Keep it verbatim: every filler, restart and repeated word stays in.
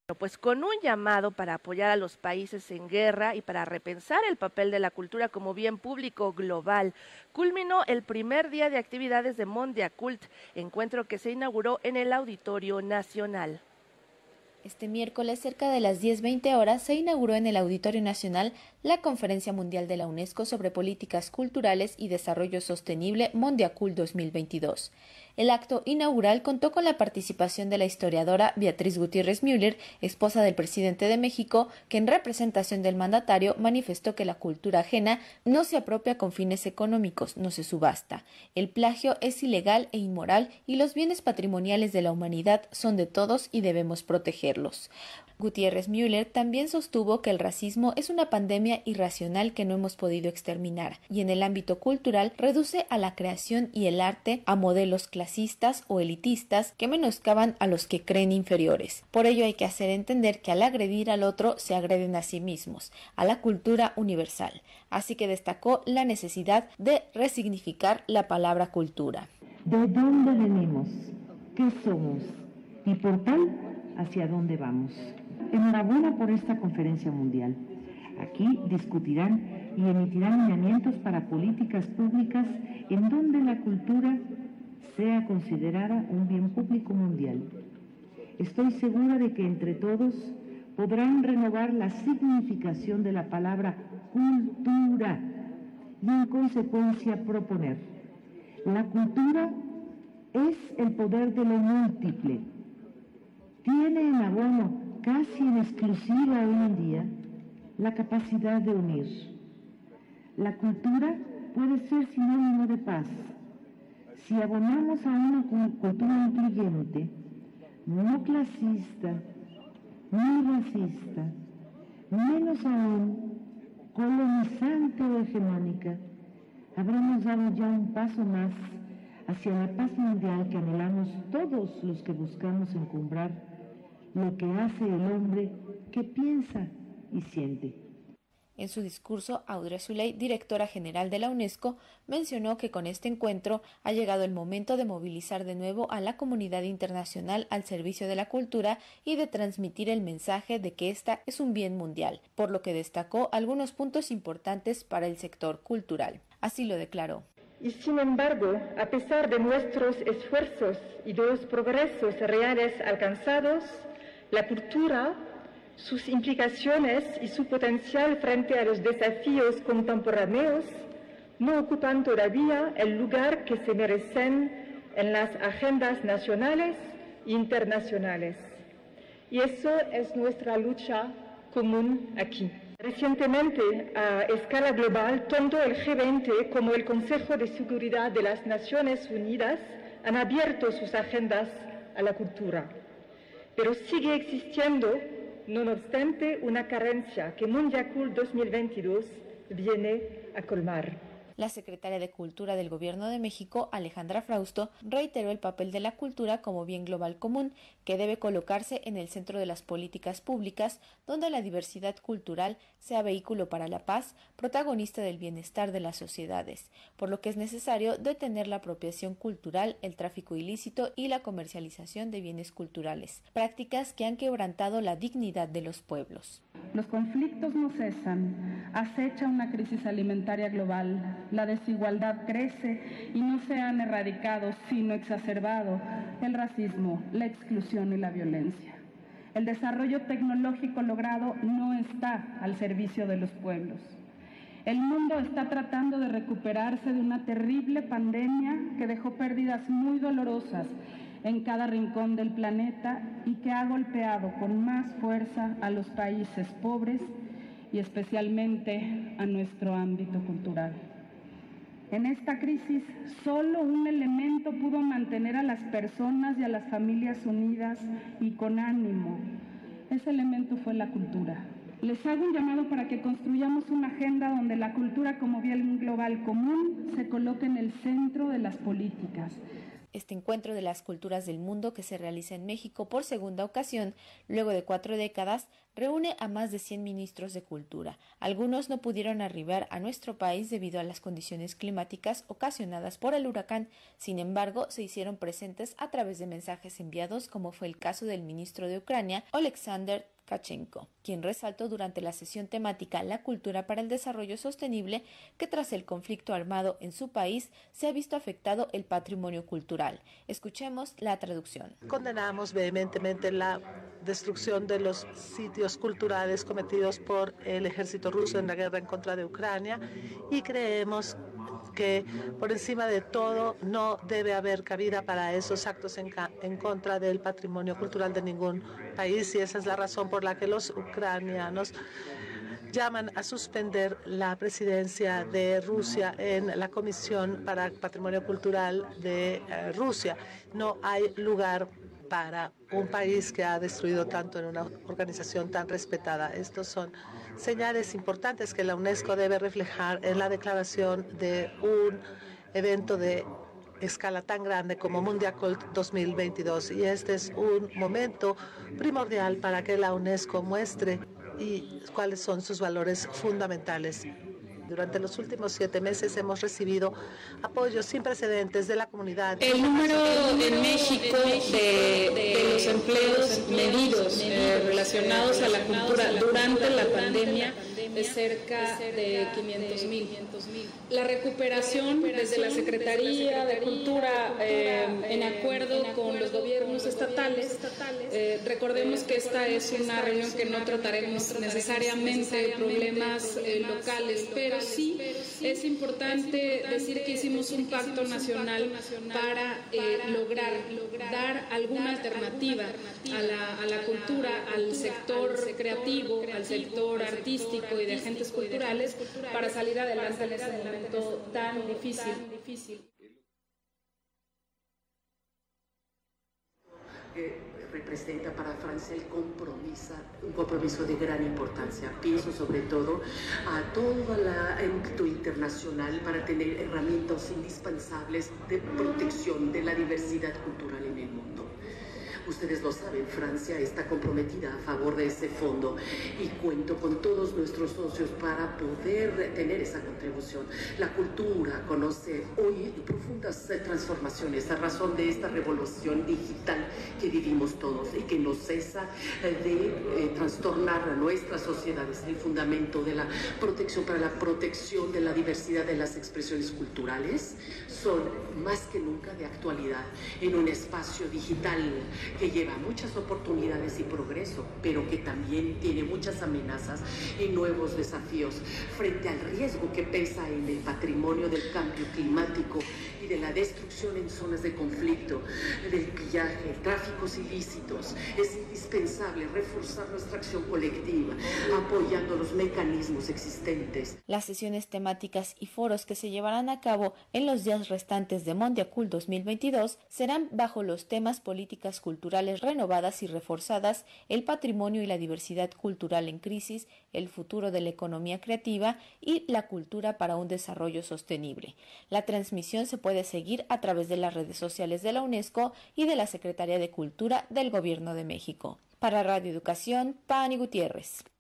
Pues con un llamado para apoyar a los países en guerra y para repensar el papel de la cultura como bien público global, culminó el primer día de actividades de Mondiacult, encuentro que se inauguró en el Auditorio Nacional. Este miércoles, cerca de las diez veinte horas, se inauguró en el Auditorio Nacional la Conferencia Mundial de la UNESCO sobre Políticas Culturales y Desarrollo Sostenible Mondiacult dos mil veintidós. El acto inaugural contó con la participación de la historiadora Beatriz Gutiérrez Müller, esposa del presidente de México, que en representación del mandatario manifestó que la cultura ajena no se apropia con fines económicos, no se subasta. El plagio es ilegal e inmoral y los bienes patrimoniales de la humanidad son de todos y debemos protegerlos. Gutiérrez Müller también sostuvo que el racismo es una pandemia irracional que no hemos podido exterminar y en el ámbito cultural reduce a la creación y el arte a modelos clasistas o elitistas que menoscaban a los que creen inferiores. Por ello hay que hacer entender que al agredir al otro se agreden a sí mismos, a la cultura universal. Así que destacó la necesidad de resignificar la palabra cultura. ¿De dónde venimos? ¿Qué somos? Y por tal, ¿hacia dónde vamos? Enhorabuena por esta conferencia mundial. Aquí discutirán y emitirán lineamientos para políticas públicas en donde la cultura sea considerada un bien público mundial. Estoy segura de que entre todos podrán renovar la significación de la palabra cultura y en consecuencia proponer. La cultura es el poder de lo múltiple. Tiene en abono casi en exclusiva hoy en día la capacidad de unir. La cultura puede ser sinónimo de paz. Si abonamos a una cultura incluyente, no clasista, ni racista, menos aún colonizante o hegemónica, habremos dado ya un paso más hacia la paz mundial que anhelamos todos los que buscamos encumbrar lo que hace el hombre que piensa y siente. En su discurso, Audrey Azoulay, directora general de la UNESCO, mencionó que con este encuentro ha llegado el momento de movilizar de nuevo a la comunidad internacional al servicio de la cultura y de transmitir el mensaje de que esta es un bien mundial, por lo que destacó algunos puntos importantes para el sector cultural. Así lo declaró. Y sin embargo, a pesar de nuestros esfuerzos y de los progresos reales alcanzados, la cultura, sus implicaciones y su potencial frente a los desafíos contemporáneos no ocupan todavía el lugar que se merecen en las agendas nacionales e internacionales. Y eso es nuestra lucha común aquí. Recientemente, a escala global, tanto el G veinte como el Consejo de Seguridad de las Naciones Unidas han abierto sus agendas a la cultura. Pero sigue existiendo, no obstante, una carencia que Mondiacult dos mil veintidós viene a colmar. La secretaria de Cultura del Gobierno de México, Alejandra Frausto, reiteró el papel de la cultura como bien global común, que debe colocarse en el centro de las políticas públicas, donde la diversidad cultural sea vehículo para la paz, protagonista del bienestar de las sociedades, por lo que es necesario detener la apropiación cultural, el tráfico ilícito y la comercialización de bienes culturales, prácticas que han quebrantado la dignidad de los pueblos. Los conflictos no cesan, acecha una crisis alimentaria global, la desigualdad crece y no se han erradicado, sino exacerbado, el racismo, la exclusión y la violencia. El desarrollo tecnológico logrado no está al servicio de los pueblos. El mundo está tratando de recuperarse de una terrible pandemia que dejó pérdidas muy dolorosas en cada rincón del planeta y que ha golpeado con más fuerza a los países pobres y especialmente a nuestro ámbito cultural. En esta crisis, solo un elemento pudo mantener a las personas y a las familias unidas y con ánimo. Ese elemento fue la cultura. Les hago un llamado para que construyamos una agenda donde la cultura como bien global común se coloque en el centro de las políticas. Este encuentro de las culturas del mundo, que se realiza en México por segunda ocasión, luego de cuatro décadas, reúne a más de cien ministros de cultura. Algunos no pudieron arribar a nuestro país debido a las condiciones climáticas ocasionadas por el huracán. Sin embargo, se hicieron presentes a través de mensajes enviados, como fue el caso del ministro de Ucrania, Oleksandr Tkachenko, quien resaltó durante la sesión temática La cultura para el desarrollo sostenible que tras el conflicto armado en su país se ha visto afectado el patrimonio cultural. Escuchemos la traducción. Condenamos vehementemente la destrucción de los sitios culturales cometidos por el ejército ruso en la guerra en contra de Ucrania y creemos que por encima de todo no debe haber cabida para esos actos en, en contra del patrimonio cultural de ningún país, y esa es la razón por la que los ucranianos llaman a suspender la presidencia de Rusia en la Comisión para el Patrimonio Cultural de uh, Rusia. No hay lugar para un país que ha destruido tanto en una organización tan respetada. Estos son señales importantes que la UNESCO debe reflejar en la declaración de un evento de escala tan grande como Mondiacult dos mil veintidós. Y este es un momento primordial para que la UNESCO muestre y cuáles son sus valores fundamentales. Durante los últimos siete meses hemos recibido apoyos sin precedentes de la comunidad. El número en México de, de los empleos medidos eh, relacionados a la cultura durante la pandemia es cerca de quinientos mil. La recuperación desde la Secretaría de Cultura eh, en acuerdo con los gobiernos estatales, eh, recordemos que esta es una reunión que no trataremos necesariamente problemas eh, locales, pero sí es importante decir que hicimos un pacto nacional para eh, lograr dar alguna alternativa a la, a la cultura, al sector creativo, al sector artístico y de agentes culturales para salir adelante en este momento tan difícil. Representa para Francia el compromiso, un compromiso de gran importancia. Pienso sobre todo a todo el ámbito internacional para tener herramientas indispensables de protección de la diversidad cultural en el mundo. Ustedes lo saben, Francia está comprometida a favor de ese fondo y cuento con todos nuestros socios para poder tener esa contribución. La cultura conoce hoy profundas transformaciones a razón de esta revolución digital que vivimos todos y que no cesa de eh, trastornar a nuestras sociedades. El fundamento de la protección para la protección de la diversidad de las expresiones culturales son más que nunca de actualidad en un espacio digital que lleva muchas oportunidades y progreso, pero que también tiene muchas amenazas y nuevos desafíos frente al riesgo que pesa en el patrimonio del cambio climático y de la destrucción en zonas de conflicto, del pillaje, tráficos ilícitos. Es indispensable reforzar nuestra acción colectiva, apoyando los mecanismos existentes. Las sesiones temáticas y foros que se llevarán a cabo en los días restantes de Mondiacult dos mil veintidós serán bajo los temas políticas culturales renovadas y reforzadas, el patrimonio y la diversidad cultural en crisis, el futuro de la economía creativa y la cultura para un desarrollo sostenible. La transmisión se puede seguir a través de las redes sociales de la UNESCO y de la Secretaría de Cultura del Gobierno de México. Para Radio Educación, Pani Gutiérrez.